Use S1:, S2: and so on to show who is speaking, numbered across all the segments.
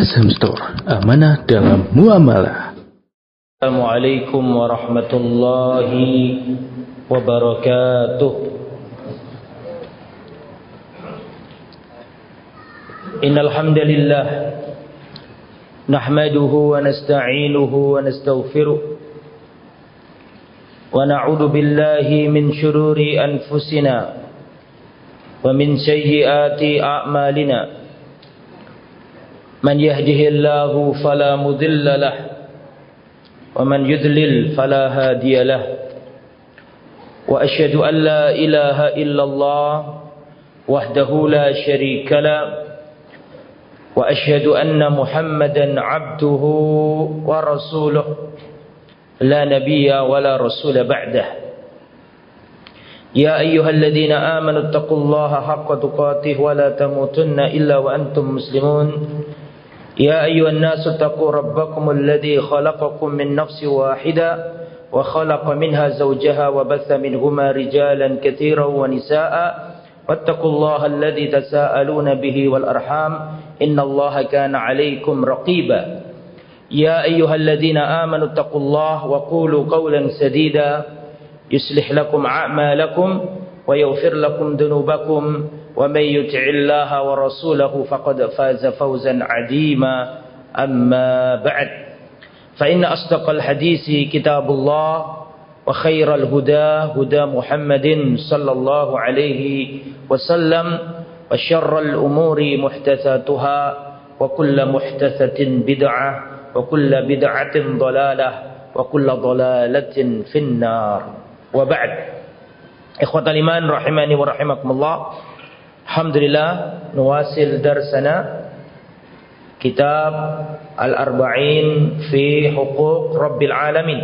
S1: Azham Store, amanah dalam muamalah.
S2: Assalamualaikum warahmatullahi wabarakatuh. Innal hamdalillah nahmaduhu wa nasta'inuhu wa nastaghfiruh wa na'udzu billahi min shururi anfusina wa min sayyiati a'malina. Man yahdihillahu fala mudilla lahu wa man yudlil fala hadiya lahu. Wa asyhadu an la ilaha illallah wahdahu la syarika lahu wa asyhadu anna Muhammadan abduhu wa rasuluh la nabiyya wa la rasula ba'dah. Ya ayyuhalladzina amanu taqullaha haqqa tuqatih wa la tamutunna illa wa antum muslimun. يا أيها الناس اتقوا ربكم الذي خلقكم من نفس واحدة وخلق منها زوجها وبث منهما رجالا كثيرا ونساء واتقوا الله الذي تساءلون به والأرحام إن الله كان عليكم رقيبا. يا أيها الذين آمنوا اتقوا الله وقولوا قولا سديدا يصلح لكم أعمالكم ويغفر لكم ذنوبكم ومن يطع الله ورسوله فقد فاز فوزا عظيما. أما بعد فإن أصدق الحديث كتاب الله وخير الهدى هدى محمد صلى الله عليه وسلم وشر الأمور محدثاتها وكل محدثة بدعة وكل بدعة ضلالة وكل ضلالة في النار. وبعد Ikhwatal iman rahimani wa rahimakumullah. Alhamdulillah nuwasil darsana kitab Al-Arba'in fi Huquq Rabbil Alamin.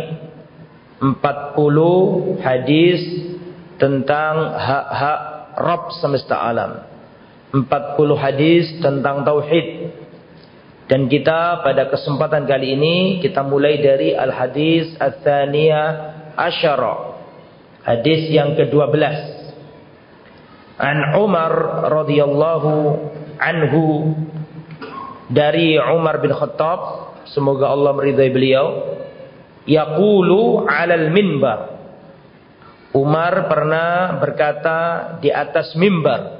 S2: 40 hadis tentang hak-hak Rabb semesta alam. 40 hadis tentang tauhid. Dan kita pada kesempatan kali ini kita mulai dari al-hadis ats-tsaniyah asyara. Hadis yang ke-12. An Umar radhiyallahu anhu, dari Umar bin Khattab, semoga Allah meridai beliau, yaqulu 'alal minbar. Umar pernah berkata di atas mimbar.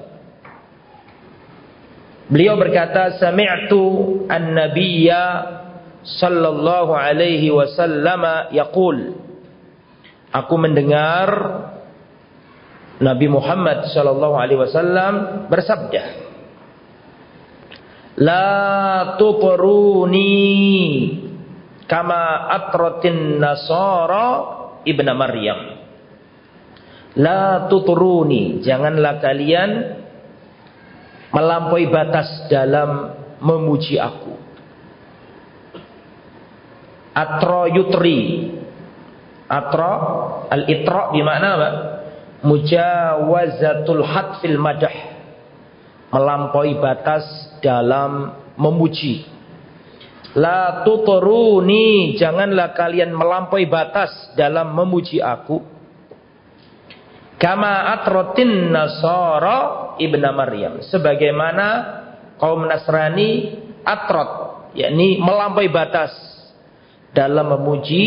S2: Beliau berkata, sami'tu an-nabiyya sallallahu alaihi wasallam yaqul. Aku mendengar Nabi Muhammad sallallahu alaihi wasallam bersabda, la tutruni kama atratin nasara ibna Maryam. La tutruni, janganlah kalian melampaui batas dalam memuji aku. Atra yutri. Atra, al-itra bermakna apa? Mujawazatul had fil madah. Melampaui batas dalam memuji. La tutruni, janganlah kalian melampaui batas dalam memuji aku. Kama atratin nasara ibna Maryam. Sebagaimana kaum Nasrani atrat, yakni melampaui batas dalam memuji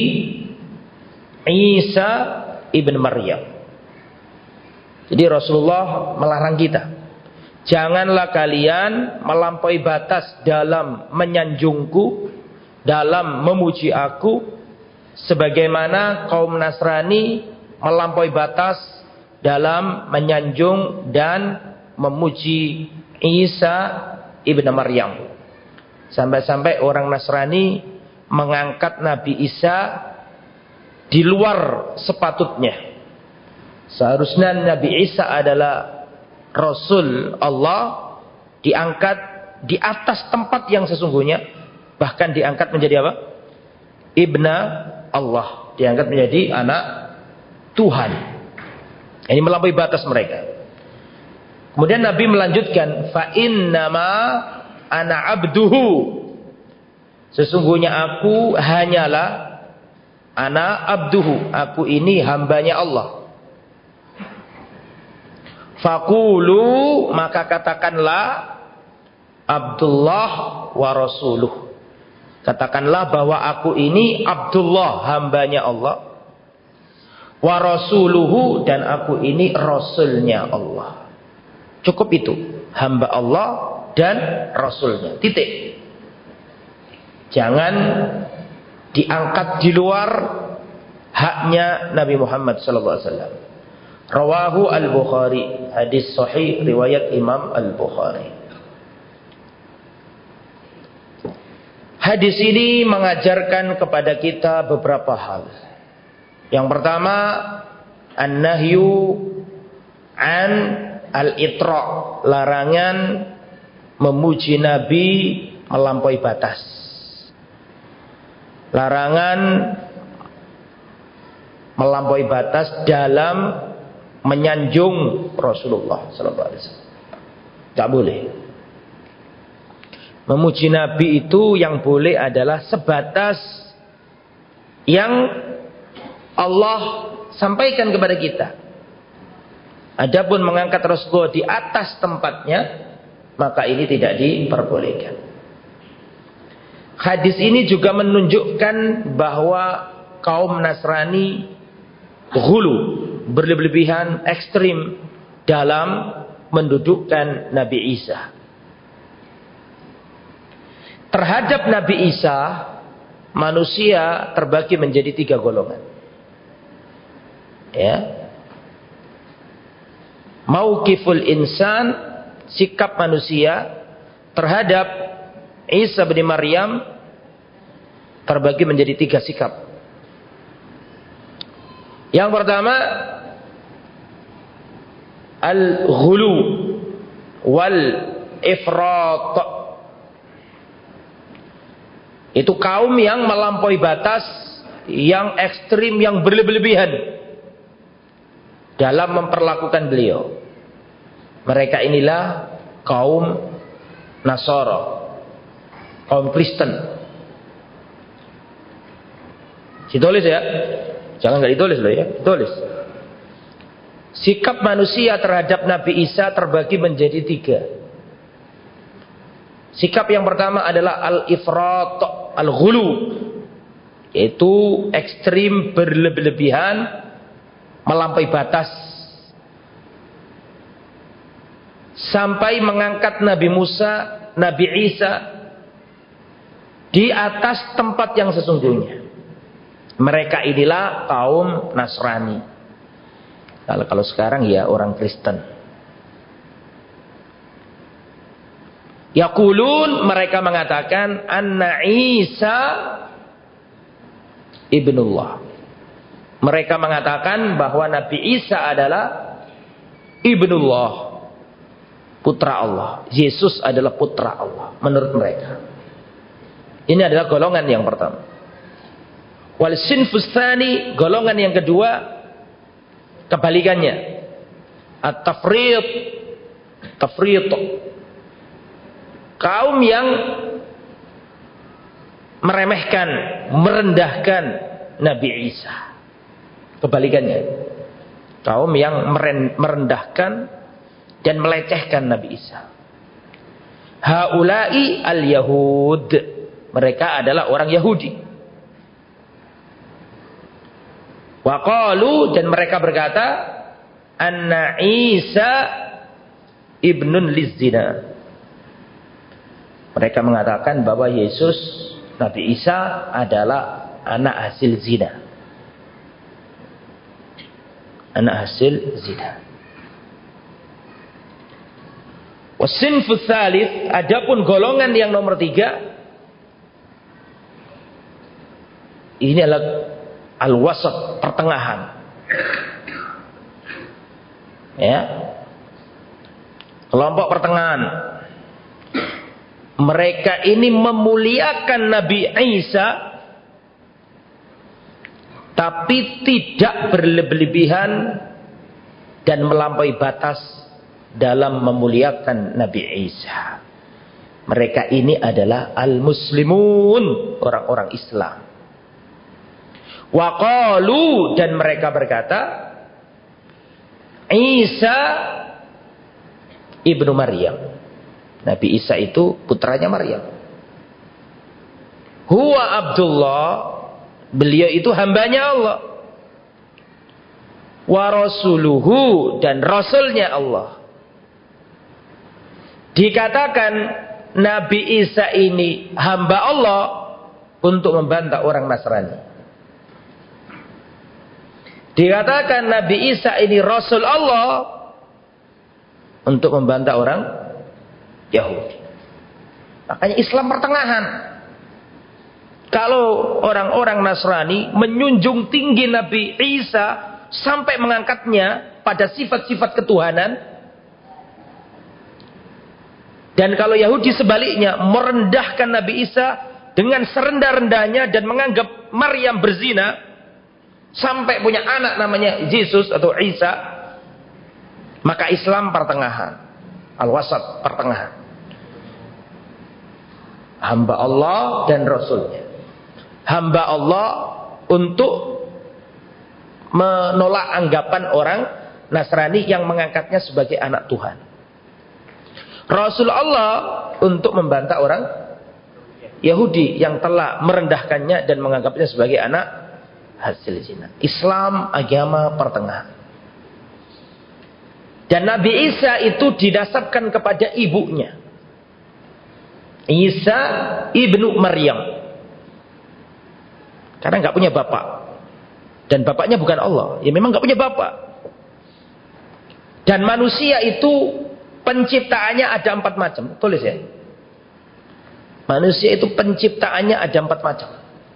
S2: Isa ibn Maryam. Jadi Rasulullah melarang kita, janganlah kalian melampaui batas dalam menyanjungku, dalam memuji aku, sebagaimana kaum Nasrani melampaui batas dalam menyanjung dan memuji Isa ibn Maryam. Sampai-sampai orang Nasrani mengangkat Nabi Isa di luar sepatutnya. Seharusnya Nabi Isa adalah Rasul Allah, diangkat di atas tempat yang sesungguhnya, bahkan diangkat menjadi apa? Ibna Allah, diangkat menjadi anak Tuhan. Ini melampaui batas mereka. Kemudian Nabi melanjutkan, fa innama ana abduhu. Sesungguhnya aku hanyalah ana abduhu, aku ini hambanya Allah. Faqulu, maka katakanlah, Abdullah wa rasuluh. Katakanlah bahwa aku ini Abdullah, hambanya Allah. Wa rasuluhu, dan aku ini rasulnya Allah. Cukup itu, hamba Allah dan rasulnya. Titik. Jangan diangkat di luar haknya Nabi Muhammad sallallahu alaihi wasallam. Rawahu Al-Bukhari, hadis sahih riwayat Imam Al-Bukhari. Hadis ini mengajarkan kepada kita beberapa hal. Yang pertama, an-nahyu an al-itra, larangan memuji Nabi melampaui batas. Larangan melampaui batas dalam menyanjung Rasulullah sallallahu alaihi wasallam. Tidak boleh. Memuji Nabi itu yang boleh adalah sebatas yang Allah sampaikan kepada kita. Adapun mengangkat Rasulullah di atas tempatnya, maka ini tidak diperbolehkan. Hadis ini juga menunjukkan bahwa kaum Nasrani ghulu, berlebihan, ekstrim dalam mendudukkan Nabi Isa. Terhadap Nabi Isa, manusia terbagi menjadi 3 golongan. Ya. Mauqiful insan, sikap manusia terhadap Isa bin Maryam terbagi menjadi 3 sikap. Yang pertama, al-ghulu wal ifrat. Itu kaum yang melampaui batas, yang ekstrim, yang berlebihan dalam memperlakukan beliau. Mereka inilah kaum Nasara, kaum Kristen. Ditulis ya, jangan nggak ditulis loh ya, tulis. Sikap manusia terhadap Nabi Isa terbagi menjadi 3. Sikap yang pertama adalah al-ifrat, al-ghulu, yaitu ekstrim, berlebihan, melampaui batas, sampai mengangkat Nabi Musa, Nabi Isa di atas tempat yang sesungguhnya. Mereka inilah kaum Nasrani. Kalau sekarang ya orang Kristen. Yaqulun, mereka mengatakan anna Isa ibnullah. Mereka mengatakan bahwa Nabi Isa adalah ibnullah, putra Allah. Yesus adalah putra Allah menurut mereka. Ini adalah golongan yang pertama. Wal sinfus tsani, golongan yang kedua kebalikannya. At-tafriq, tafriq. Kaum yang meremehkan, merendahkan Nabi Isa. Kebalikannya, kaum yang merendahkan dan melecehkan Nabi Isa. Haula'i al-Yahud, mereka adalah orang Yahudi. Wa qalu, dan mereka berkata, anna Isa ibnun lizzina. Mereka mengatakan bahwa Yesus, Nabi Isa adalah anak hasil zina. Anak hasil zina. Wasinfus tsalits, adapun golongan yang nomor 3, ini adalah al-wasat, pertengahan. Ya. Kelompok pertengahan. Mereka ini memuliakan Nabi Isa, tapi tidak berlebihan dan melampaui batas dalam memuliakan Nabi Isa. Mereka ini adalah al-muslimun, orang-orang Islam. Wa qalu, dan mereka berkata, Isa ibnu Maryam. Nabi Isa itu putranya Maryam. Huwa Abdullah, beliau itu hambanya Allah. Wa rasuluhu, dan rasulnya Allah. Dikatakan Nabi Isa ini hamba Allah untuk membantah orang Nasrani. Dikatakan Nabi Isa ini rasul Allah untuk membantah orang Yahudi. Makanya Islam pertengahan. Kalau orang-orang Nasrani menjunjung tinggi Nabi Isa sampai mengangkatnya pada sifat-sifat ketuhanan, dan kalau Yahudi sebaliknya merendahkan Nabi Isa dengan serendah-rendahnya dan menganggap Maryam berzina sampai punya anak namanya Yesus atau Isa, maka Islam pertengahan, al-wasat, pertengahan. Hamba Allah dan Rasulnya. Hamba Allah untuk menolak anggapan orang Nasrani yang mengangkatnya sebagai anak Tuhan. Rasul Allah untuk membantah orang Yahudi yang telah merendahkannya dan menganggapnya sebagai anak hasil zina. Islam agama pertengahan. Dan Nabi Isa itu didasarkan kepada ibunya, Isa ibnu Maryam. Karena nggak punya bapak. Dan bapaknya bukan Allah. Ya memang nggak punya bapak. Dan manusia itu penciptaannya ada 4 macam. Tulis ya. Manusia itu penciptaannya ada 4 macam.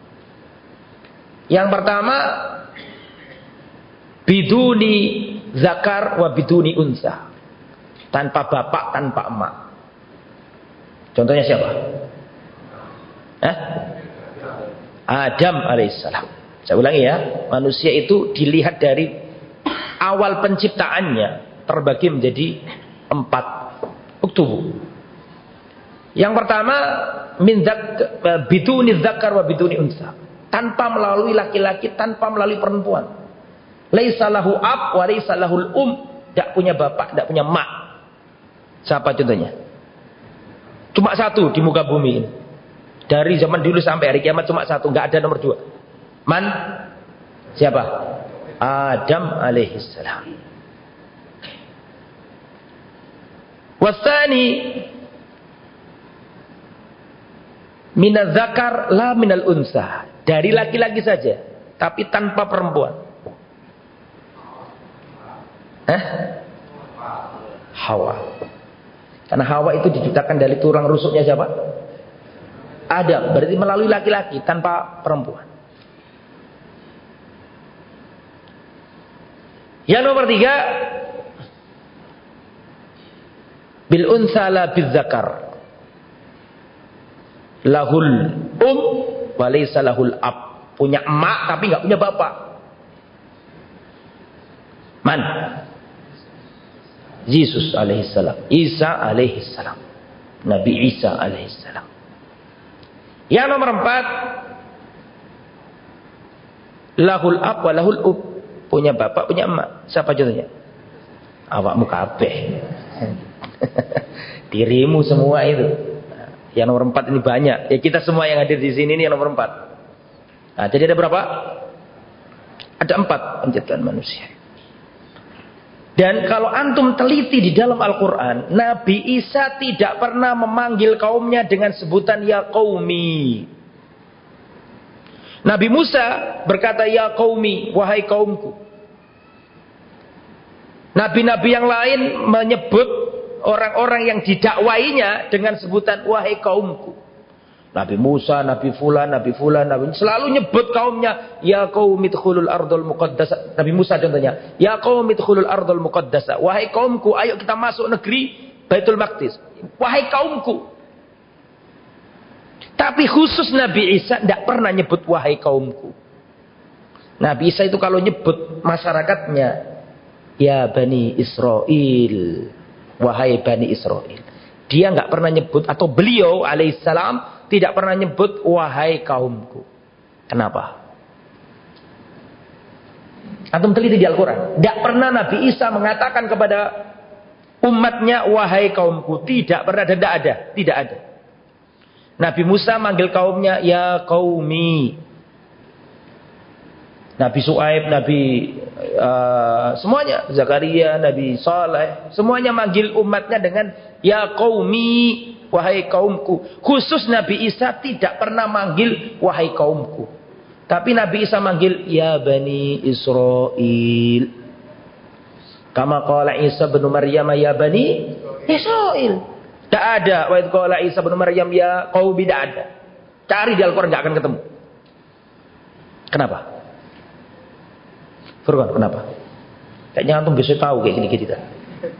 S2: Yang pertama, biduni zakar wa biduni unsa. Tanpa bapak, tanpa emak. Contohnya siapa? Adam alaihissalam. Saya ulangi ya, manusia itu dilihat dari awal penciptaannya terbagi menjadi 4 uktubu. Yang pertama, biduni zakar wa biduni unsa. Tanpa melalui laki-laki, tanpa melalui perempuan. Laisa lahu ab wa laisa lahul tidak punya bapak, tidak punya mak. Siapa contohnya? Cuma 1 di muka bumi ini. Dari zaman dulu sampai hari kiamat cuma 1, nggak ada nomor 2. Man? Siapa? Adam alaihissalam. Wasani minaz zakar la minal unsa. Dari laki-laki saja, tapi tanpa perempuan. Hawa. Karena Hawa itu diciptakan dari tulang rusuknya siapa? Adam. Berarti melalui laki-laki tanpa perempuan. Yang nomor 3, bil unsa la bil zakar. Lahul wa laysa lahul ab. Punya emak tapi enggak punya bapak. Man? Yesus alaihissalam. Isa alaihissalam. Nabi Isa alaihissalam. Yang nomor 4, lahul ab wa lahul ub. Punya bapak, punya emak. Siapa contohnya? Awakmu kabeh. Dirimu semua itu. Yang nomor 4 ini banyak. Ya kita semua yang hadir di sini ini yang nomor 4. Nah, jadi ada berapa? Ada 4 penciptaan manusia. Dan kalau antum teliti di dalam Al-Quran, Nabi Isa tidak pernah memanggil kaumnya dengan sebutan ya qaumi. Nabi Musa berkata ya qaumi, wahai kaumku. Nabi-nabi yang lain menyebut orang-orang yang didakwainya dengan sebutan wahai kaumku. Nabi Musa, Nabi Fulan, Nabi selalu nyebut kaumnya ya qaumi dkhulul ardul muqaddasah. Nabi Musa contohnya, ya qaumi dkhulul ardul muqaddasah. Wahai kaumku, ayo kita masuk negeri Baitul Maqdis. Wahai kaumku. Tapi khusus Nabi Isa tidak pernah nyebut wahai kaumku. Nabi Isa itu kalau nyebut masyarakatnya, ya Bani Israel, wahai Bani Israel. Dia nggak pernah nyebut, atau beliau alaihissalam tidak pernah nyebut wahai kaumku. Kenapa? Antum teliti di Al-Quran. Tidak pernah Nabi Isa mengatakan kepada umatnya, wahai kaumku. Tidak pernah, tidak ada, tidak ada. Nabi Musa manggil kaumnya, ya qaumi. Nabi Su'aib, semuanya, Zakaria, Nabi Saleh, semuanya manggil umatnya dengan ya qaumi, wahai kaumku. Khusus Nabi Isa tidak pernah manggil wahai kaumku. Tapi Nabi Isa manggil ya Bani Israel. Kama qala Isa bin Maryam ya Bani Israel. Tidak ada. Wa idh qala Isa bin Maryam ya qaumi, tidak ada. Cari di Al-Quran tidak akan ketemu. Kenapa? Furqan, kenapa? Kayaknya antum bisa tahu kayak gini-gini dah.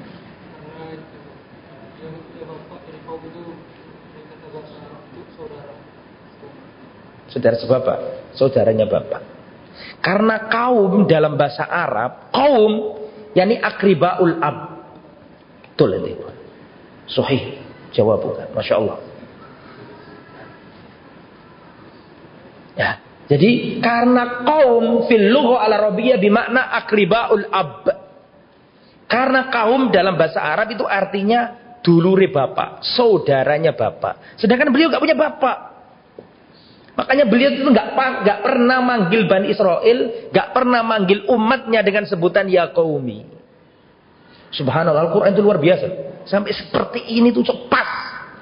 S2: Saudara sebapak, saudaranya bapak. Karena kaum dalam bahasa Arab, kaum yakni akribaul ab. Betul itu. Sahih. Jawab bukan. Masya Allah. Ya. Jadi karena kaum fil lugha al-arabiyyah bimakna akribaul ab. Karena kaum dalam bahasa Arab itu artinya dulure bapak, saudaranya bapak. Sedangkan beliau enggak punya bapak. Makanya beliau itu enggak pernah manggil Bani Israel, enggak pernah manggil umatnya dengan sebutan ya qaumi. Subhanallah, Al-Quran itu luar biasa. Sampai seperti ini tuh pas.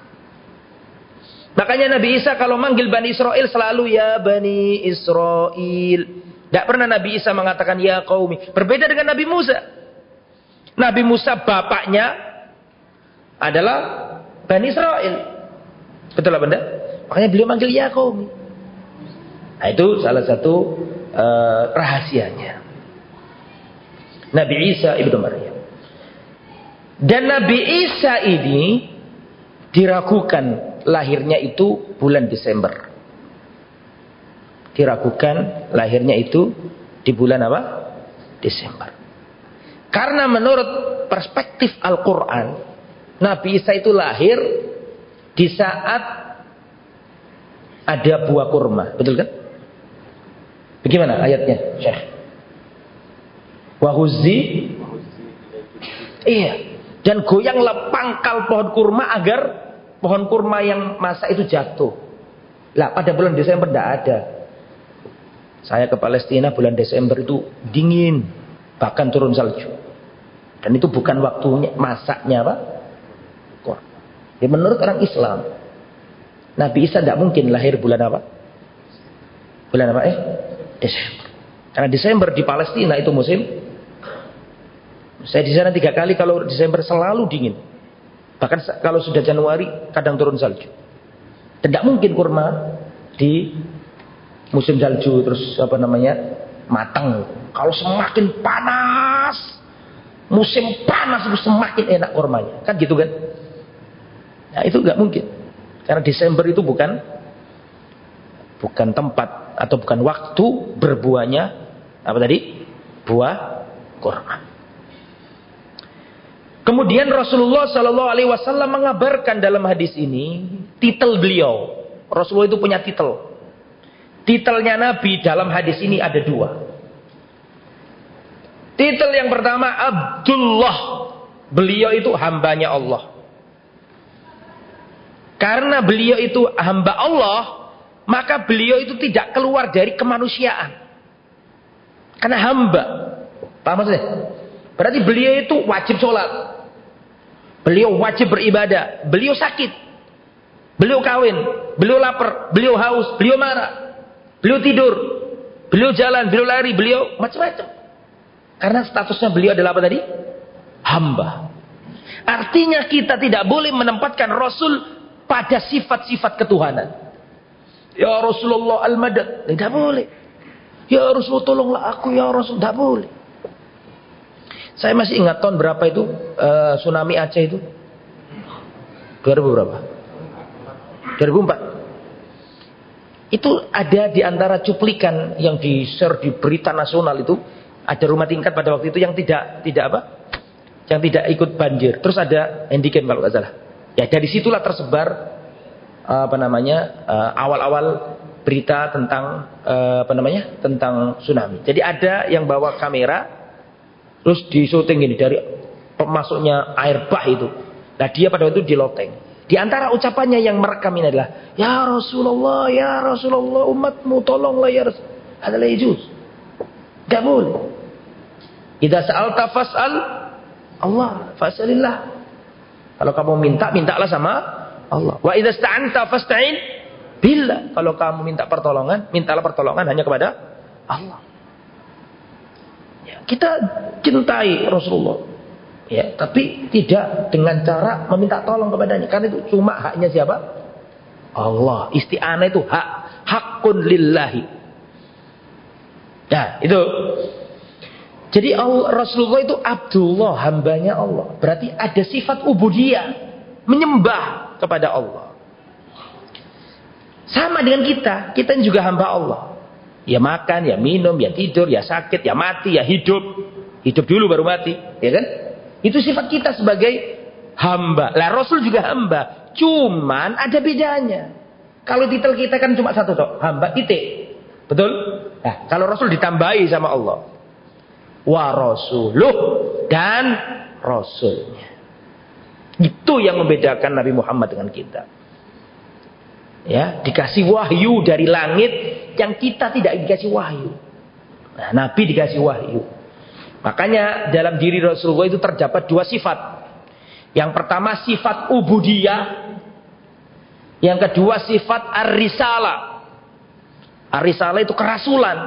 S2: Makanya Nabi Isa kalau manggil Bani Israel selalu ya Bani Israel. Tidak pernah Nabi Isa mengatakan ya qaumi. Berbeda dengan Nabi Musa. Nabi Musa bapaknya adalah Bani Israel. Betul lah benda? Makanya beliau manggil ya qaumi. Nah, itu salah satu rahasianya. Nabi Isa ibnu Maryam. Dan Nabi Isa ini diragukan lahirnya itu bulan Desember. Diragukan lahirnya itu di bulan apa? Desember. Karena menurut perspektif Al-Quran, Nabi Isa itu lahir di saat ada buah kurma. Betul kan? Bagaimana ayatnya, Syekh? Wahuzi. Iya. Dan goyanglah pangkal pohon kurma agar pohon kurma yang masa itu jatuh. Lah pada bulan Desember tidak ada. Saya ke Palestina bulan Desember itu dingin, bahkan turun salju. Dan itu bukan waktunya masaknya apa? Ya, menurut orang Islam, Nabi Isa tidak mungkin lahir bulan apa? Bulan apa? Desember. Karena Desember di Palestina itu musim. Saya di sana 3 kali, kalau Desember selalu dingin. Bahkan kalau sudah Januari kadang turun salju. Dan tidak mungkin kurma di musim salju terus matang. Kalau semakin panas, musim panas itu semakin enak kurmanya. Kan gitu kan? Nah, itu nggak mungkin. Karena Desember itu bukan tempat atau bukan waktu berbuahnya apa tadi? Buah kurma. Kemudian Rasulullah Shallallahu Alaihi Wasallam mengabarkan dalam hadis ini titel beliau. Rasulullah itu punya titel. Titelnya Nabi dalam hadis ini ada 2. Titel yang pertama Abdullah. Beliau itu hambanya Allah. Karena beliau itu hamba Allah, maka beliau itu tidak keluar dari kemanusiaan. Karena hamba. Paham maksudnya? Berarti beliau itu wajib sholat. Beliau wajib beribadah. Beliau sakit. Beliau kawin. Beliau lapar. Beliau haus. Beliau marah. Beliau tidur. Beliau jalan. Beliau lari. Beliau macam-macam. Karena statusnya beliau adalah apa tadi? Hamba. Artinya kita tidak boleh menempatkan Rasul pada sifat-sifat ketuhanan. Ya Rasulullah al-madad. Tidak boleh. Ya Rasulullah tolonglah aku. Ya Rasul. Tidak boleh. Saya masih ingat tahun berapa itu tsunami Aceh itu? 2000 berapa? 2004. Itu ada di antara cuplikan yang di-share di berita nasional itu, ada rumah tingkat pada waktu itu yang tidak yang tidak ikut banjir. Terus ada handycam kalau nggak salah. Ya dari situlah tersebar awal-awal berita tentang tentang tsunami. Jadi ada yang bawa kamera terus di syuting ini dari pemasuknya air bah itu. Nah dia pada waktu itu di loteng. Di antara ucapannya yang merekam ini adalah, ya Rasulullah, umatmu tolonglah ya Rasul. Ada lejus. Gak boleh. Idza sa'alta fas'al Allah, fas'alillah. Kalau kamu minta, mintalah sama Allah. Wa idza sta'anta fasta'in billah. Kalau kamu minta pertolongan, mintalah pertolongan hanya kepada Allah. Ya, kita cintai Rasulullah. Ya, tapi tidak dengan cara meminta tolong kepadanya. Karena itu cuma haknya siapa? Allah. Isti'anah itu hakun lillahi. Nah, itu. Jadi Rasulullah itu Abdullah, hambanya Allah. Berarti ada sifat ubudiyah, menyembah kepada Allah. Sama dengan kita juga hamba Allah. Ya makan, ya minum, ya tidur, ya sakit, ya mati, ya hidup. Hidup dulu baru mati, ya kan? Itu sifat kita sebagai hamba. Lah Rasul juga hamba, cuman ada bedanya. Kalau titel kita kan cuma satu toh, hamba titik. Betul? Nah, kalau Rasul ditambahi sama Allah. Wa rasuluh, dan rasulnya. Itu yang membedakan Nabi Muhammad dengan kita. Ya, dikasih wahyu dari langit yang kita tidak dikasih wahyu. Nah, Nabi dikasih wahyu. Makanya dalam diri Rasulullah itu terdapat dua sifat. Yang pertama sifat ubudiyah, yang kedua sifat ar-risalah. Ar-risalah itu kerasulan.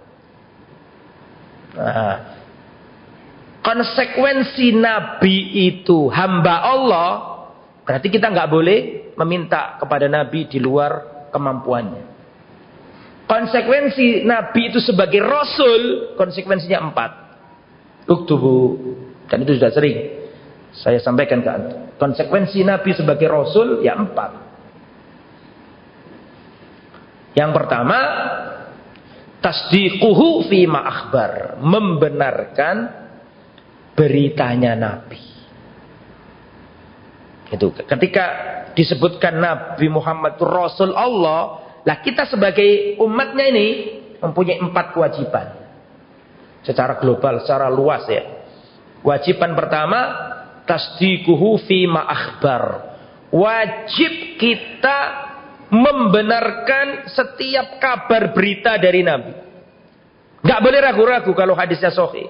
S2: Nah, konsekuensi Nabi itu hamba Allah, berarti kita nggak boleh meminta kepada Nabi di luar kemampuannya. Konsekuensi Nabi itu sebagai Rasul, konsekuensinya 4. Uktubu, dan itu sudah sering saya sampaikan ke Anda. Konsekuensi Nabi sebagai Rasul ya 4. Yang pertama, tasdiquhu fima akhbar, membenarkan beritanya Nabi. Itu ketika disebutkan Nabi Muhammad itu Rasul Allah, lah kita sebagai umatnya ini mempunyai 4 kewajiban. Secara global, secara luas ya. Kewajiban pertama, tasdiquhu fima akhbar. Wajib kita membenarkan setiap kabar berita dari Nabi. Gak boleh ragu-ragu kalau hadisnya sahih.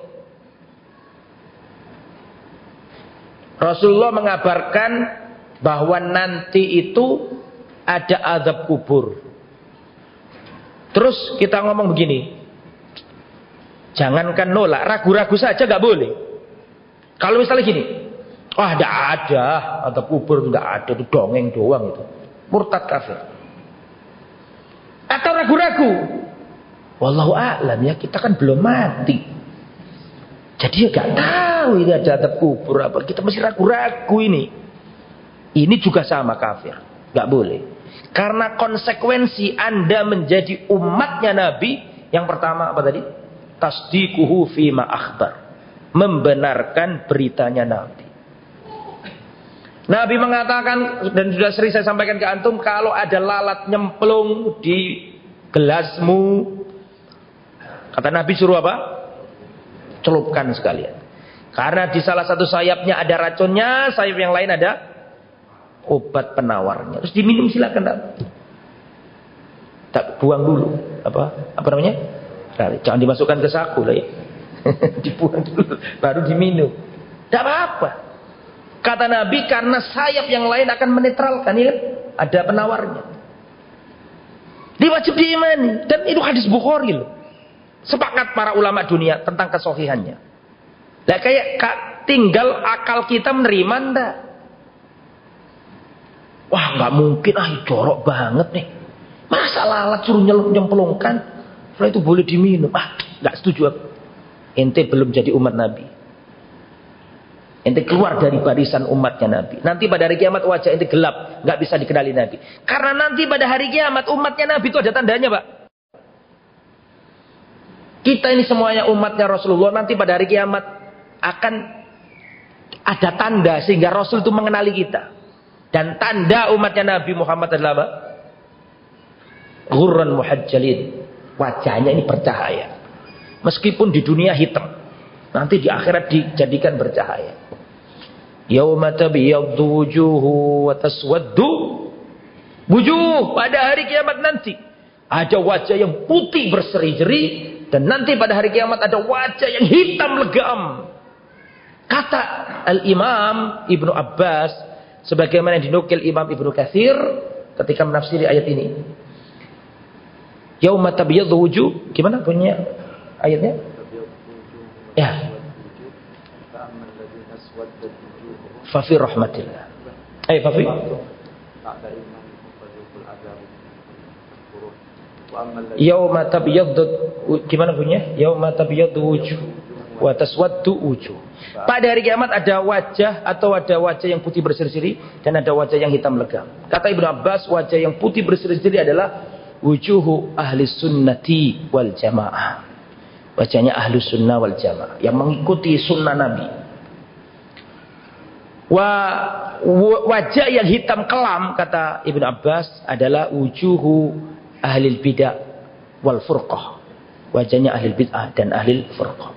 S2: Rasulullah mengabarkan bahwa nanti itu ada azab kubur. Terus kita ngomong begini, jangankan nolak, ragu-ragu saja gak boleh. Kalau misalnya gini, wah tidak ada azab kubur, tidak ada, itu dongeng doang itu, murtad kafir. Atau ragu-ragu, wallahu a'lam, ya kita kan belum mati, jadi ya gak tahu ini ada azab kubur apa, kita masih ragu-ragu ini. Ini juga sama kafir, gak boleh. Karena konsekuensi Anda menjadi umatnya Nabi, yang pertama apa tadi? Tasdiquhu fima akhbar, membenarkan beritanya Nabi. Nabi mengatakan, dan sudah sering saya sampaikan ke antum, kalau ada lalat nyemplung di gelasmu, kata Nabi suruh apa? Celupkan sekalian. Karena di salah satu sayapnya ada racunnya, sayap yang lain ada obat penawarnya. Terus diminum silakan, tak buang dulu. Apa namanya? Jangan dimasukkan ke saku lah ya. Dibuang dulu, baru diminum. Tidak apa-apa. Kata Nabi, karena sayap yang lain akan menetralkan, ya kan? Ada penawarnya. Dia wajib diimani. Dan itu hadis Bukhari loh. Sepakat para ulama dunia tentang kesohihannya. Nah, kayak tinggal akal kita menerima enggak? Wah, nggak mungkin, jorok banget nih. Masa lalat suruh nyemplungkan, setelah itu boleh diminum? Nggak setuju aku. Ente belum jadi umat Nabi. Ente keluar dari barisan umatnya Nabi. Nanti pada hari kiamat wajah ente gelap, nggak bisa dikenali Nabi. Karena nanti pada hari kiamat umatnya Nabi itu ada tandanya, Pak. Kita ini semuanya umatnya Rasulullah, nanti pada hari kiamat akan ada tanda sehingga Rasul itu mengenali kita. Dan tanda umatnya Nabi Muhammad adalah apa? Ghurran muhajjalin. Wajahnya ini bercahaya. Meskipun di dunia hitam, nanti di akhirat dijadikan bercahaya. Yauma tabyaddu wujuhu wa taswaddu wujuh. Pada hari kiamat nanti ada wajah yang putih berseri-seri, dan nanti pada hari kiamat ada wajah yang hitam legam. Kata Al-Imam Ibnu Abbas, sebagaimana dinukil Imam Ibnu Katsir ketika menafsiri ayat ini. Yauma tabyaddu wujuh, gimana punya ayatnya? Ya. Fa fi rahmatillah. Fa fi yauma tabyaddu, gimana punya? Yauma tabyaddu wujuh wa taswaddu wujuh. Pada hari kiamat ada wajah atau ada wajah yang putih berseri-seri dan ada wajah yang hitam legam. Kata Ibnu Abbas, wajah yang putih berseri-seri adalah wujuhu ahli sunnati wal jamaah. Wajahnya ahli sunnah wal jamaah yang mengikuti sunnah Nabi. Wajah yang hitam kelam, kata Ibnu Abbas, adalah wujuhu ahli bidah wal furqah. Wajahnya ahli bid'ah dan ahli furqah.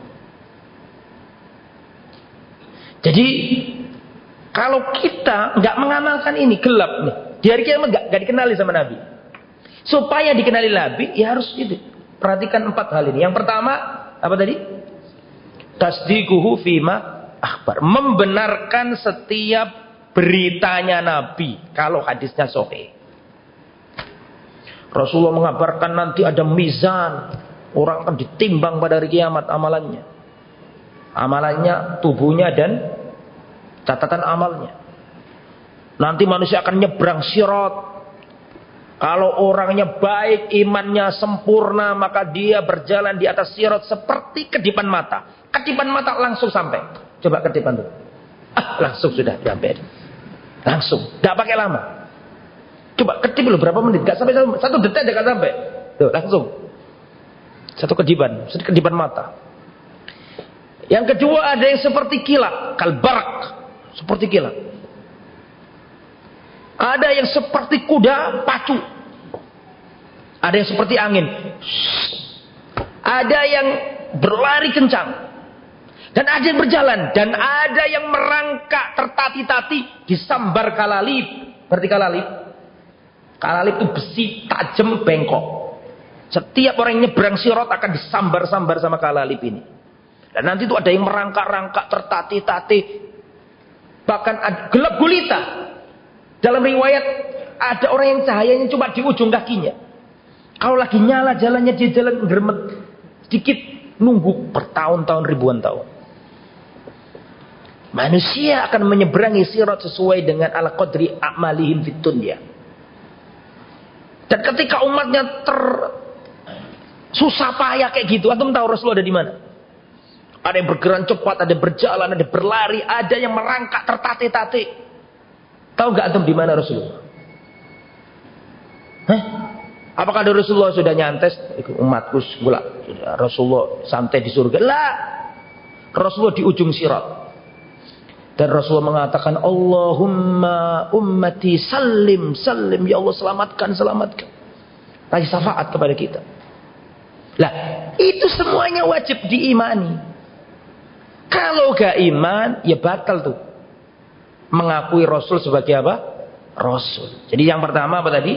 S2: Jadi kalau kita nggak mengamalkan ini, gelap nih. Di hari kiamat nggak dikenali sama Nabi. Supaya dikenali Nabi, ya harus itu. Perhatikan 4 hal ini. Yang pertama, apa tadi? Tasdiquhu fima akhbar. Membenarkan setiap beritanya Nabi. Kalau hadisnya sahih. Rasulullah mengabarkan nanti ada mizan. Orang akan ditimbang pada hari kiamat amalannya. Amalannya, tubuhnya, dan catatan amalnya. Nanti manusia akan nyebrang sirat. Kalau orangnya baik, imannya sempurna, maka dia berjalan di atas sirat seperti kedipan mata. Kedipan mata langsung sampai. Coba kedipan dulu. Langsung sudah sampai. Langsung. Gak pakai lama. Coba kedip dulu berapa menit. Gak sampai 1 detik aja gak sampai. Tuh, langsung. Satu kedipan mata. Yang kedua, ada yang seperti kilat, kalbarak, seperti kilat. Ada yang seperti kuda pacu. Ada yang seperti angin. Ada yang berlari kencang. Dan ada yang berjalan. Dan ada yang merangkak tertati-tati disambar kalalib. Berarti kalalib. Kalalib itu besi tajam bengkok. Setiap orang yang nyebrang sirat akan disambar-sambar sama kalalib ini. Dan nanti itu ada yang merangkak-rangkak tertati-tati. Bahkan gelap gulita. Dalam riwayat ada orang yang cahayanya cuma di ujung kakinya. Kalau lagi nyala jalannya, dia jalan ngeremet sedikit, nunggu bertahun-tahun, ribuan tahun. Manusia akan menyeberangi sirat sesuai dengan ala qadri a'malihim fid dunya. Dan ketika umatnya susah payah kayak gitu, antum tahu Rasulullah ada di mana? Ada yang bergerak cepat, ada yang berjalan, ada yang berlari, ada yang merangkak tertati-tati. Tahu nggak antum di mana Rasulullah? Hah? Apakah ada Rasulullah sudah nyantes? Umatku gula, Rasulullah santai di surga. Lah, Rasulullah di ujung sirat. Dan Rasulullah mengatakan, Allahumma ummati salim, salim. Ya Allah, selamatkan, selamatkan. Kasih syafaat kepada kita. Lah, itu semuanya wajib diimani. Kalau gak iman, ya batal tuh. Mengakui Rasul sebagai apa? Rasul. Jadi yang pertama apa tadi?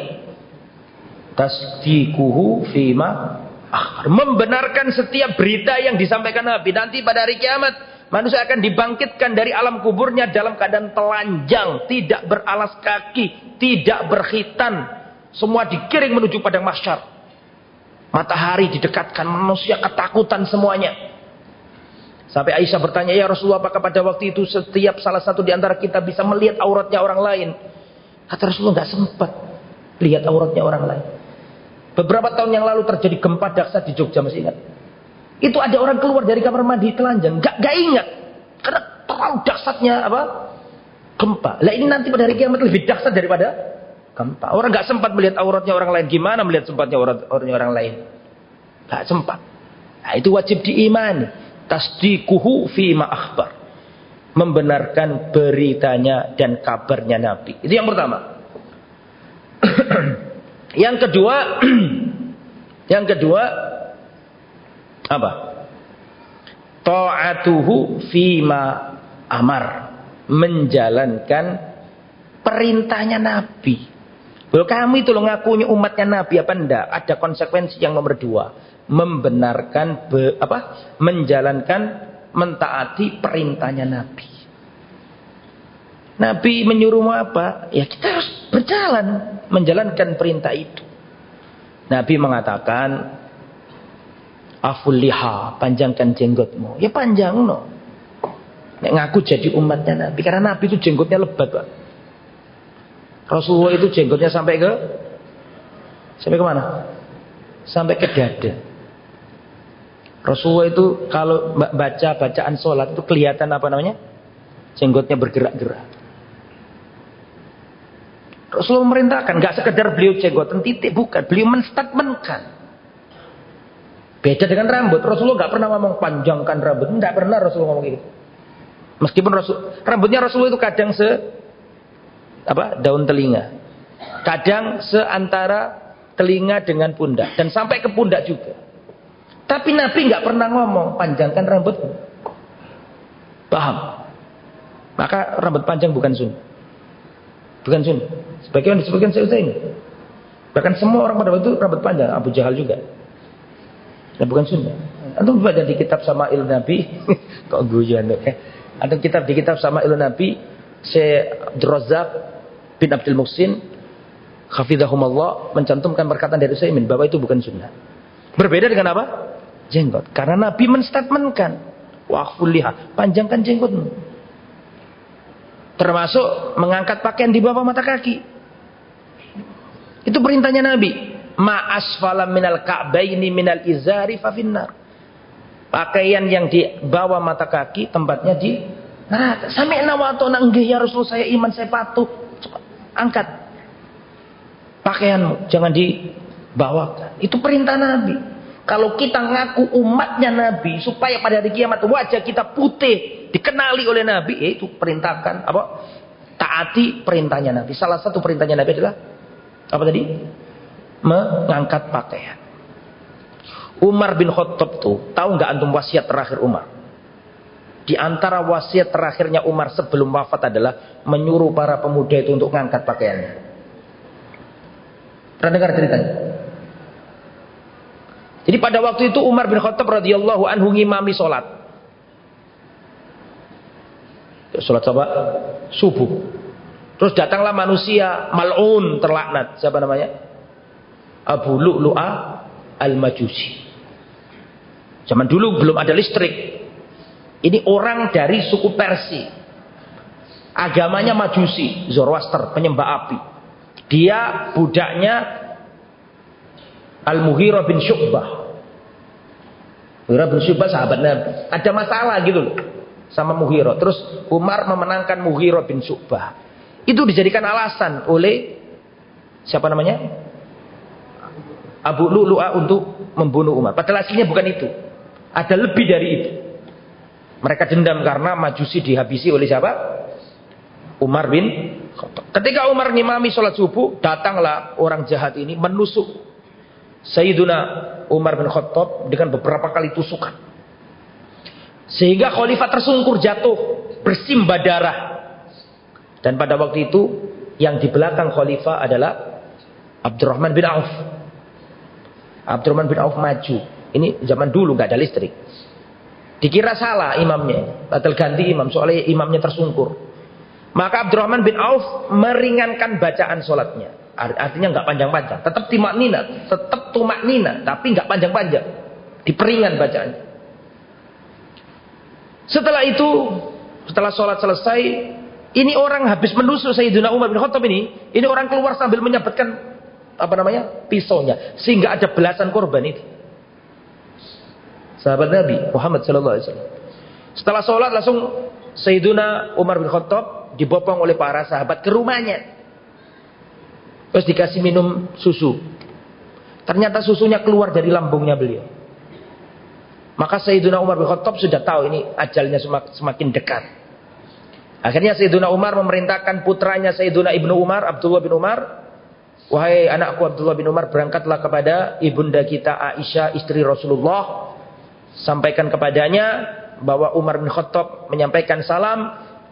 S2: Tasdiquhu fima akhbar. Membenarkan setiap berita yang disampaikan Nabi. Nanti pada hari kiamat, manusia akan dibangkitkan dari alam kuburnya dalam keadaan telanjang, tidak beralas kaki, tidak berkhitan. Semua dikiring menuju padang mahsyar. Matahari didekatkan, manusia ketakutan semuanya. Sampai Aisyah bertanya, ya Rasulullah, apakah pada waktu itu setiap salah satu di antara kita bisa melihat auratnya orang lain? Kata Rasulullah, nggak sempat lihat auratnya orang lain. Beberapa tahun yang lalu terjadi gempa dahsyat di Jogja, masih ingat? Itu ada orang keluar dari kamar mandi telanjang, nggak ingat, karena terlalu dahsyatnya apa? Gempa. Lah ini nanti pada hari kiamat lebih dahsyat daripada gempa. Orang nggak sempat melihat auratnya orang lain. Gimana melihat sempatnya auratnya orang lain? Nggak sempat. Nah, itu wajib diimani. Tasdiquhu fima akhbar. Membenarkan beritanya dan kabarnya Nabi. Itu yang pertama. Yang kedua apa? Ta'atuhu fima amar. menjalankan perintahnya Nabi. Kamu itu lo ngakunya umatnya Nabi apa enggak? Ada konsekuensi yang nomor 2, membenarkan menjalankan, mentaati perintahnya Nabi. Nabi menyuruh apa? Ya kita harus berjalan menjalankan perintah itu. Nabi mengatakan, aful liha, panjangkan jenggotmu. Ya panjang no. Nek ngaku jadi umatnya Nabi, karena Nabi itu jenggotnya lebat, Pak. Rasulullah itu jenggotnya sampai ke mana? Sampai ke dada. Rasulullah itu kalau baca bacaan sholat itu kelihatan apa namanya? Jenggotnya bergerak-gerak. Rasulullah memerintahkan, nggak sekedar beliau jenggotan titik, bukan. Beliau menstatementkan. Beda dengan rambut. Rasulullah nggak pernah ngomong panjangkan rambut, nggak pernah Rasulullah ngomong gitu. Meskipun rambutnya Rasulullah itu kadang daun telinga, kadang seantara telinga dengan pundak, dan sampai ke pundak juga. Tapi Nabi nggak pernah ngomong panjangkan rambutmu. Paham? Maka rambut panjang bukan sunnah. Bukan sunnah. Sebagian saya ini. Bahkan semua orang pada waktu itu rambut panjang. Abu Jahal juga. Nah, bukan sunnah. Atau baca di kitab Sama'il Nabi. Kok guyon ya? Atau di kitab Sama'il Nabi, Syekh Razak bin Abdul Muhsin hafizahumullah mencantumkan perkataan dari Utsaimin bahwa itu bukan sunnah. Berbeda dengan apa? Jenggot. Karena Nabi menstatementkan, waqful liha, panjangkan jenggotmu. Termasuk mengangkat pakaian di bawah mata kaki. Itu perintahnya Nabi. Ma asfala minal ka'baini minal izari fa finnar. Pakaian yang di bawah mata kaki tempatnya di neraka. Sami'na wa ata'na, nggih ya Rasul, saya iman, saya patuh. Angkat pakaianmu, jangan dibawakan. Itu perintah Nabi. Kalau kita ngaku umatnya Nabi supaya pada hari kiamat wajah kita putih, dikenali oleh Nabi, yaitu perintahkan taati perintahnya Nabi. Salah satu perintahnya Nabi adalah apa tadi? Mengangkat pakaian. Umar bin Khattab tuh, tahu nggak antum wasiat terakhir Umar? Di antara wasiat terakhirnya Umar sebelum wafat adalah menyuruh para pemuda itu untuk mengangkat pakaiannya. Pernah dengar ceritanya? Jadi pada waktu itu Umar bin Khattab radhiyallahu anhu ngimami sholat. Sholat apa? Subuh. Terus datanglah manusia mal'un, terlaknat. Siapa namanya? Abu Lu'lu'ah al-Majusi. Zaman dulu belum ada listrik. Ini orang dari suku Persia. Agamanya Majusi, Zoroaster, penyembah api. Dia budaknya Al-Mughirah bin Syu'bah. Mughirah bin Syu'bah sahabat Nabi. Ada masalah gitu loh sama Mughirah. Terus Umar memenangkan Mughirah bin Syu'bah. Itu dijadikan alasan oleh siapa namanya? Abu Lu'lu'ah untuk membunuh Umar. Padahal aslinya bukan itu. Ada lebih dari itu. Mereka dendam karena Majusi dihabisi oleh siapa? Umar bin Khattab. Ketika Umar ngimami sholat subuh, datanglah orang jahat ini menusuk Sayyiduna Umar bin Khattab dengan beberapa kali tusukan. Sehingga khalifah tersungkur jatuh, bersimbah darah. Dan pada waktu itu yang di belakang khalifah adalah Abdurrahman bin Auf. Abdurrahman bin Auf maju. Ini zaman dulu nggak ada listrik. Dikira salah imamnya, batal ganti imam soalnya imamnya tersungkur. Maka Abdurrahman bin Auf meringankan bacaan sholatnya. Artinya nggak panjang-panjang, tetap tumak nina, tapi nggak panjang-panjang, diperingan bacaannya. Setelah itu, setelah sholat selesai, ini orang habis menusuk Sayyidina Umar bin Khattab ini orang keluar sambil menyabetkan pisaunya, sehingga ada belasan korban itu. Sahabat Nabi Muhammad sallallahu alaihi wasallam. Setelah sholat langsung Sayyidina Umar bin Khattab dibopong oleh para sahabat ke rumahnya. Terus dikasih minum susu. Ternyata susunya keluar dari lambungnya beliau. Maka Sayyidina Umar bin Khattab sudah tahu ini ajalnya semakin dekat. Akhirnya Sayyidina Umar memerintahkan putranya Sayyidina Ibnu Umar, Abdullah bin Umar, wahai anakku Abdullah bin Umar, berangkatlah kepada ibunda kita Aisyah, istri Rasulullah. Sampaikan kepadanya bahwa Umar bin Khattab menyampaikan salam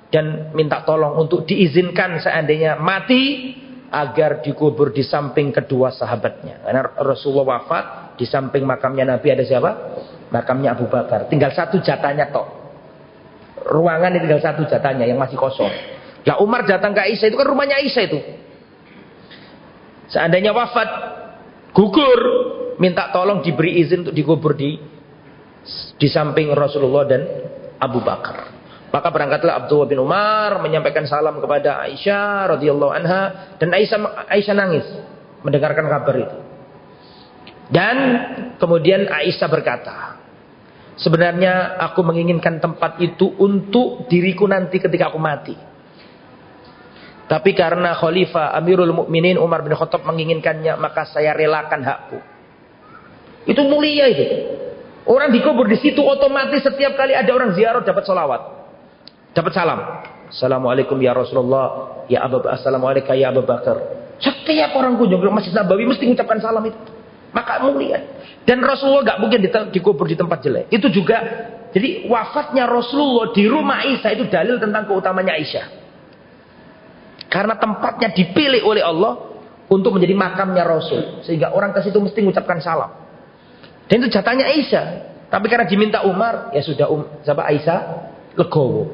S2: dan minta tolong untuk diizinkan seandainya mati agar dikubur di samping kedua sahabatnya. Karena Rasulullah wafat, di samping makamnya Nabi ada siapa? Makamnya Abu Bakar. Tinggal satu jatahnya tok. Ruangan ini tinggal satu jatahnya yang masih kosong. Lah Umar datang ke Aisyah, itu kan rumahnya Aisyah itu. Seandainya wafat, gugur, minta tolong diberi izin untuk dikubur di samping Rasulullah dan Abu Bakar. Maka berangkatlah Abdullah bin Umar menyampaikan salam kepada Aisyah radhiyallahu anha, dan Aisyah nangis mendengarkan kabar itu. Dan kemudian Aisyah berkata, sebenarnya aku menginginkan tempat itu untuk diriku nanti ketika aku mati. Tapi karena Khalifah Amirul Mukminin Umar bin Khattab menginginkannya, maka saya relakan hakku. Itu mulia itu. Orang dikubur di situ otomatis setiap kali ada orang ziarah dapat sholawat, dapat salam. Assalamualaikum ya Rasulullah, ya Abu Bakar, assalamualaikum ya Abu Bakar. Setiap orang kunjung ke Masjid Nabawi mesti mengucapkan salam itu. Maka mulia. Dan Rasulullah nggak mungkin dikubur di tempat jelek. Itu juga, jadi wafatnya Rasulullah di rumah Aisyah itu dalil tentang keutamanya Aisyah. Karena tempatnya dipilih oleh Allah untuk menjadi makamnya Rasul, sehingga orang ke situ mesti mengucapkan salam. Dan itu jatahnya Aisyah. Tapi karena diminta Umar, ya sudah siapa Aisyah legowo.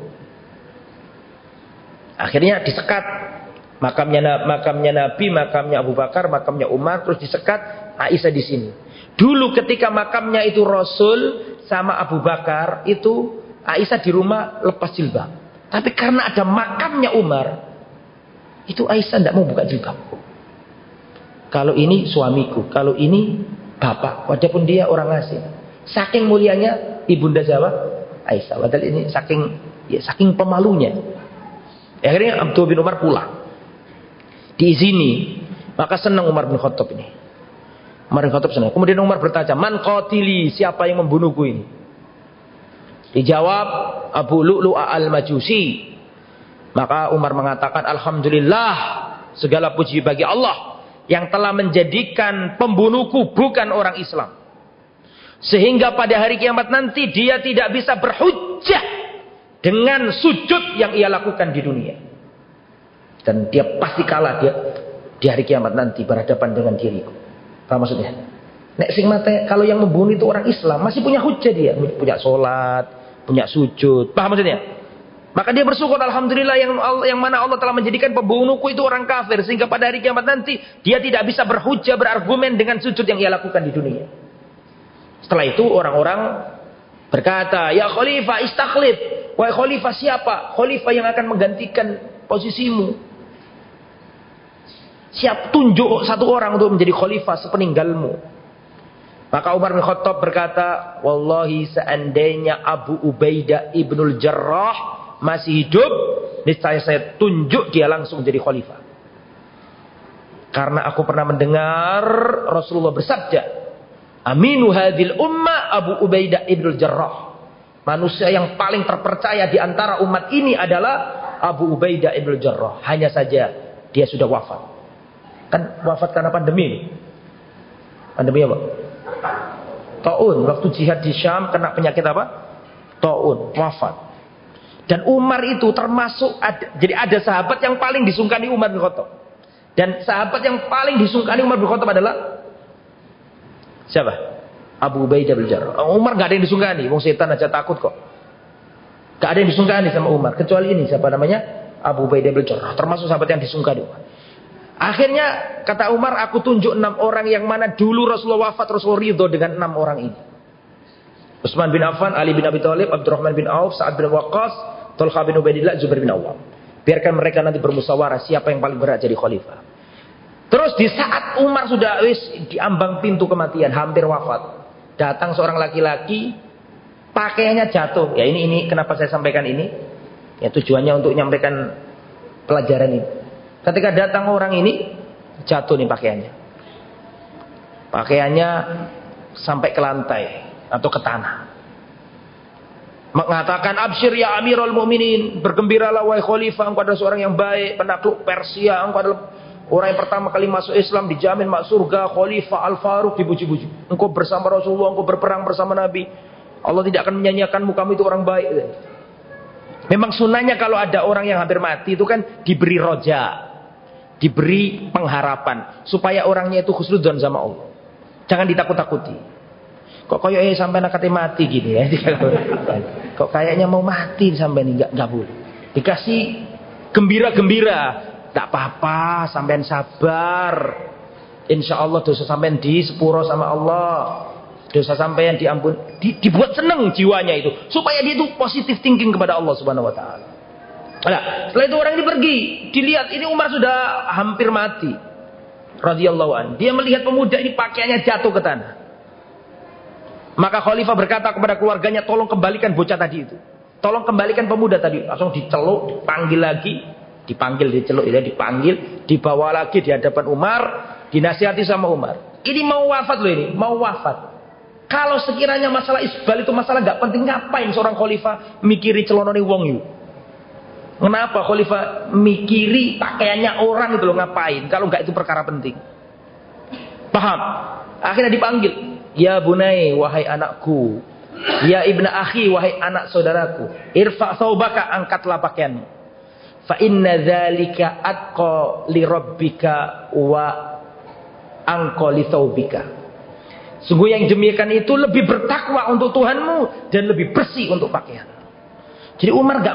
S2: Akhirnya disekat makamnya Nabi, makamnya Abu Bakar, makamnya Umar, terus disekat Aisyah di sini. Dulu ketika makamnya itu Rasul sama Abu Bakar, itu Aisyah di rumah lepas jilbab. Tapi karena ada makamnya Umar, itu Aisyah tidak mau buka jilbab. Kalau ini suamiku, kalau ini bapak, walaupun dia orang asing. Saking mulianya ibunda siapa? Aisyah. Padahal ini saking pemalunya. Akhirnya Abdullah bin Umar pulang. Diizini, maka senang Umar bin Khattab ini. Umar bin Khattab senang. Kemudian Umar bertanya, "Man qatili? Siapa yang membunuhku ini?" Dijawab Abu Lu'lu'a al-Majusi. Maka Umar mengatakan, alhamdulillah, segala puji bagi Allah yang telah menjadikan pembunuhku bukan orang Islam, sehingga pada hari kiamat nanti dia tidak bisa berhujjah dengan sujud yang ia lakukan di dunia, dan dia pasti kalah dia di hari kiamat nanti berhadapan dengan diriku. Apa maksudnya? Nek sing mate, kalau yang membunuh itu orang Islam masih punya hujjah, dia punya sholat, punya sujud. Paham maksudnya? Maka dia bersyukur, alhamdulillah yang mana Allah telah menjadikan pembunuhku itu orang kafir, sehingga pada hari kiamat nanti dia tidak bisa berhujjah, berargumen dengan sujud yang ia lakukan di dunia. Setelah itu orang-orang berkata, ya Khalifah istakhlif. Wahai Khalifah, siapa? Khalifah yang akan menggantikan posisimu. Siap, tunjuk satu orang untuk menjadi Khalifah sepeninggalmu. Maka Umar bin Khattab berkata, wallahi seandainya Abu Ubaidah ibnul Jarrah masih hidup, niscaya saya tunjuk dia langsung jadi khalifah. Karena aku pernah mendengar Rasulullah bersabda, aminu hadhil ummah Abu Ubaidah ibnul Jarrah. Manusia yang paling terpercaya di antara umat ini adalah Abu Ubaidah ibnul Jarrah. Hanya saja dia sudah wafat. Kan wafat karena pandemi. Pandemi apa? Taun. Waktu jihad di Syam kena penyakit apa? Taun. Wafat. Dan Umar itu termasuk jadi ada sahabat yang paling disungkani Umar bin Khattab. Dan sahabat yang paling disungkani Umar bin Khattab adalah siapa? Abu Ubaidah bin Jarrah. Umar gak ada yang disungkani, wong setan aja takut kok. Gak ada yang disungkani sama Umar kecuali ini, siapa namanya? Abu Ubaidah bin Jarrah, termasuk sahabat yang disungkani Umar. Akhirnya kata Umar, aku tunjuk 6 orang yang mana dulu Rasulullah wafat, Rasulullah ridho dengan 6 orang ini. Utsman bin Affan, Ali bin Abi Thalib, Abdurrahman bin Auf, Sa'ad bin Waqqas, Talha bin Ubaidillah, Zubair bin Awwam. Biarkan mereka nanti bermusyawarah siapa yang paling berat jadi khalifah. Terus di saat Umar sudah diambang pintu kematian, hampir wafat, datang seorang laki-laki, pakaiannya jatuh. Ya ini kenapa saya sampaikan ini? Ya tujuannya untuk menyampaikan pelajaran ini. Ketika datang orang ini, jatuh nih pakaiannya. Pakaiannya sampai ke lantai atau ke tanah. Mengatakan, absyir ya Amirul Mukminin, bergembiralah wahai khalifah, engkau adalah seorang yang baik, penakluk Persia, engkau adalah orang yang pertama kali masuk Islam, dijamin masuk surga, khalifah Al-Faruq, dipuji-puji. Engkau bersama Rasulullah, engkau berperang bersama Nabi. Allah tidak akan menyanyiakanmu, kamu itu orang baik. Memang sunnahnya kalau ada orang yang hampir mati itu kan diberi roja, diberi pengharapan supaya orangnya itu husnudzon sama Allah. Jangan ditakut-takuti. Kok kayak sampai nakati mati gini ya? Kok kayaknya mau mati sampai ini nggak boleh. Dikasih gembira-gembira, tak apa-apa, sampean sabar. Insya Allah dosa sampean di sepuro sama Allah. Dosa sampean diampun, dibuat seneng jiwanya itu supaya dia itu positif thinking kepada Allah Subhanahu wa taala. Nah, setelah itu orang ini pergi, dilihat ini Umar sudah hampir mati. Radhiyallahu anhu. Dia melihat pemuda ini pakaiannya jatuh ke tanah. Maka khalifah berkata kepada keluarganya, tolong kembalikan bocah tadi itu. Tolong kembalikan pemuda tadi. Langsung diceluk, dipanggil lagi, dipanggil, dibawa lagi di hadapan Umar, dinasihati sama Umar. Ini mau wafat loh ini, mau wafat. Kalau sekiranya masalah isbal itu masalah gak penting, ngapain seorang khalifah mikiri celonone wong yuk? Kenapa khalifah mikiri pakaiannya orang itu loh, ngapain? Kalau gak itu perkara penting. Paham? Akhirnya dipanggil. Ya bunai, wahai anakku. Ya ibna akhi, wahai anak saudaraku. Irfa' thawbaka, angkatlah pakaianmu. Fa inna dzalika atqa li rabbika wa anqa li thawbika. Sungguh yang demikian itu lebih bertakwa untuk Tuhanmu dan lebih bersih untuk pakaian. Jadi Umar tidak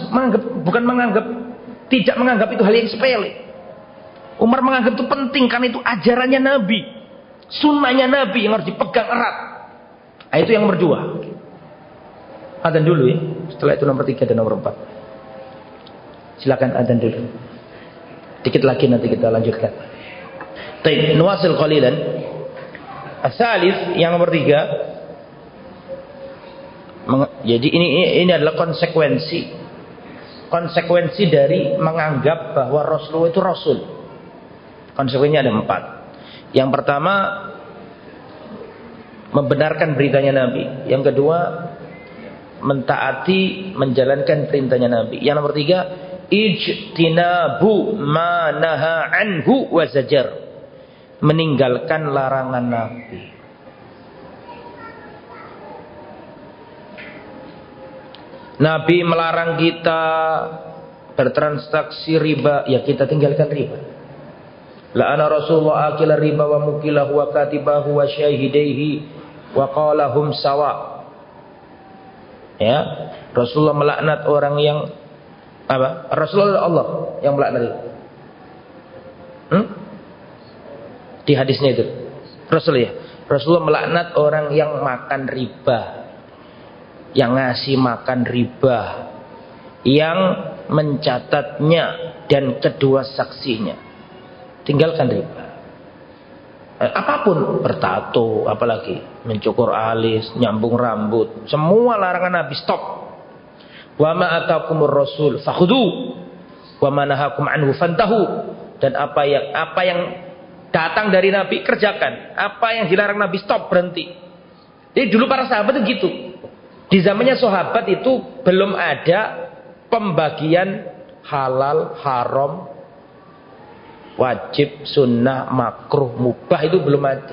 S2: menganggap itu hal yang sepele. Umar menganggap itu penting karena itu ajarannya Nabi, sunnahnya Nabi yang harus dipegang erat. Nah, itu yang nomor 2. Adzan dulu ya. Setelah itu nomor 3 dan nomor 4. Silakan adzan dulu. Dikit lagi nanti kita lanjutkan. Baik, nuwasil qalilan. Asalif yang nomor 3. Jadi ini adalah konsekuensi dari menganggap bahwa Rasulullah itu Rasul. Konsekuensinya ada 4. Yang pertama, membenarkan beritanya Nabi. Yang kedua, mentaati, menjalankan perintahnya Nabi. Yang nomor 3, ijtinabu ma naha anhu wa zajar. Meninggalkan larangan Nabi. Nabi melarang kita bertransaksi riba, ya kita tinggalkan riba. La'ana Rasulullah akila riba wa mukilahu wa katibahu wa syahidaihi wa qalahum sawa. Ya, Rasulullah melaknat orang yang apa? Rasulullah Allah yang melaknat itu. Di hadisnya itu Rasulullah melaknat orang yang makan riba, yang ngasih makan riba, yang mencatatnya dan kedua saksinya. Tinggalkan riba. Apapun, bertato, apalagi mencukur alis, nyambung rambut, semua larangan Nabi stop. Wa ma atakumur rasul fakhudhu wa ma nahakum anhu fantahu. Dan apa yang datang dari Nabi kerjakan, apa yang dilarang Nabi stop, berhenti. Jadi dulu para sahabat itu gitu. Di zamannya sahabat itu belum ada pembagian halal, haram, wajib, sunnah, makruh, mubah, itu belum ada.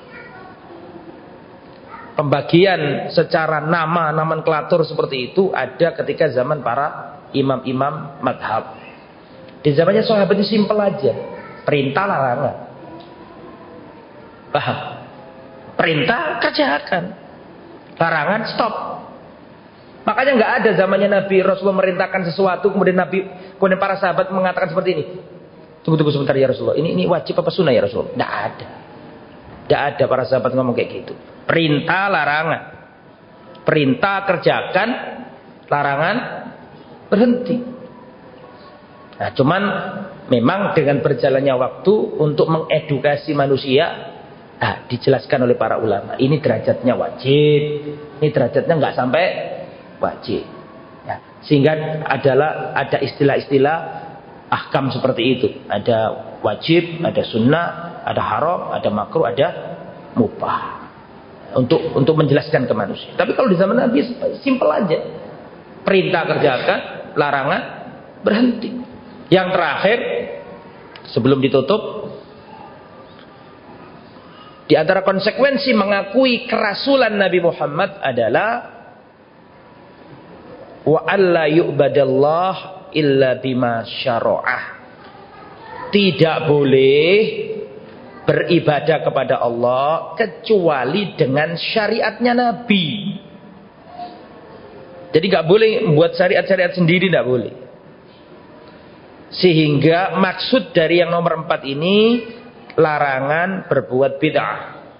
S2: Pembagian secara nama, nomenklatur seperti itu ada ketika zaman para imam-imam madhab. Di zamannya sahabat itu simpel aja, perintah larangan. Paham? Perintah kerjakan, larangan stop. Makanya nggak ada zamannya Nabi Rasulullah merintahkan sesuatu kemudian para sahabat mengatakan seperti ini. Tunggu sebentar ya Rasulullah. Ini wajib apa sunnah ya Rasulullah? Nggak ada para sahabat ngomong kayak gitu. Perintah larangan, perintah kerjakan, larangan berhenti. Nah, cuman memang dengan berjalannya waktu untuk mengedukasi manusia. Dijelaskan oleh para ulama, ini derajatnya wajib, ini derajatnya nggak sampai wajib. Ya, sehingga ada istilah-istilah ahkam seperti itu. Ada wajib, ada sunnah, ada haram, ada makruh, ada mubah. Untuk menjelaskan ke manusia. Tapi kalau di zaman Nabi simpel aja, perintah kerjakan, larangan berhenti. Yang terakhir sebelum ditutup, di antara konsekuensi mengakui kerasulan Nabi Muhammad adalah wa alla yu'badallah illa bima syara'ah. Tidak boleh beribadah kepada Allah kecuali dengan syariatnya Nabi. Jadi gak boleh membuat syariat-syariat sendiri, gak boleh. Sehingga maksud dari yang nomor 4 ini, larangan berbuat bid'ah.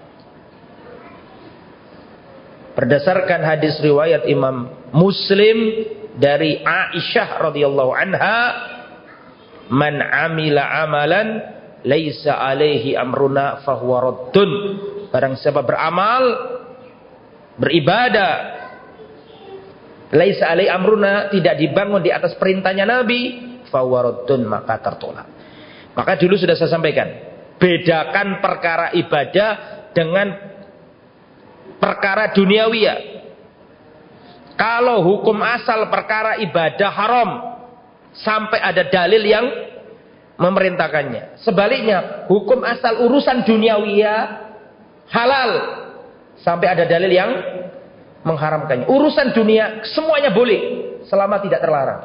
S2: Berdasarkan hadis riwayat Imam Muslim dari Aisyah radhiyallahu anha, man amila amalan laisa alaihi amruna fahuwa raddun. Barang siapa beramal, beribadah, laisa alaihi amruna, tidak dibangun di atas perintahnya Nabi, fahuwa raddun, maka tertolak. Maka dulu sudah saya sampaikan, bedakan perkara ibadah dengan perkara duniawiyah. Kalau hukum asal perkara ibadah haram sampai ada dalil yang memerintahkannya. Sebaliknya, hukum asal urusan duniawiyah halal sampai ada dalil yang mengharamkannya. Urusan dunia semuanya boleh selama tidak terlarang.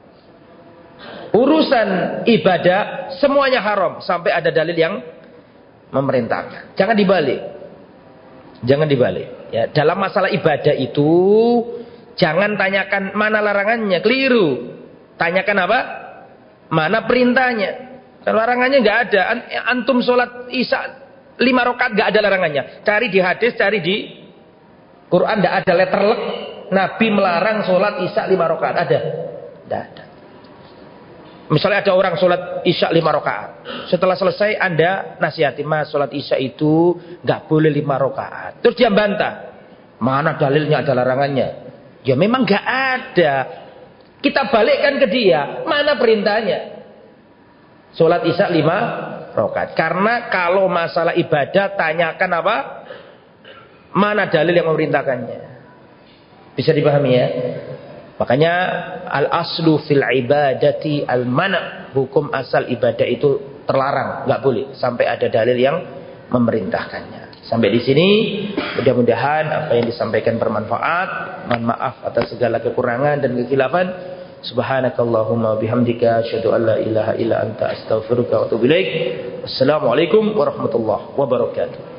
S2: Urusan ibadah semuanya haram sampai ada dalil yang memerintahkan. Jangan dibalik. Jangan dibalik. Ya, dalam masalah ibadah itu jangan tanyakan mana larangannya, keliru. Tanyakan apa? Mana perintahnya. Larangannya nggak ada. Antum sholat isya 5 rakaat nggak ada larangannya. Cari di hadis, cari di Quran, nggak ada letterlek Nabi melarang sholat isya 5 rakaat. Ada? Nggak ada. Misalnya ada orang sholat isya 5 rakaat. Setelah selesai Anda nasihati, mas, sholat isya itu nggak boleh 5 rakaat. Terus dia bantah, mana dalilnya ada larangannya? Ya memang nggak ada. Kita balikkan ke dia, mana perintahnya? Sholat isya 5 rakaat. Karena kalau masalah ibadah tanyakan apa? Mana dalil yang memerintahkannya? Bisa dipahami ya? Makanya al-aslu fil ibadati al-mana'. Hukum asal ibadah itu terlarang, nggak boleh sampai ada dalil yang memerintahkannya. Sampai di sini, mudah-mudahan apa yang disampaikan bermanfaat. Mohon maaf atas segala kekurangan dan kekhilafan. Subhanakallahumma bihamdika asyhadu an la ilaha illa anta astaghfiruka wa atubu ilaik. Wassalamualaikum warahmatullahi wabarakatuh.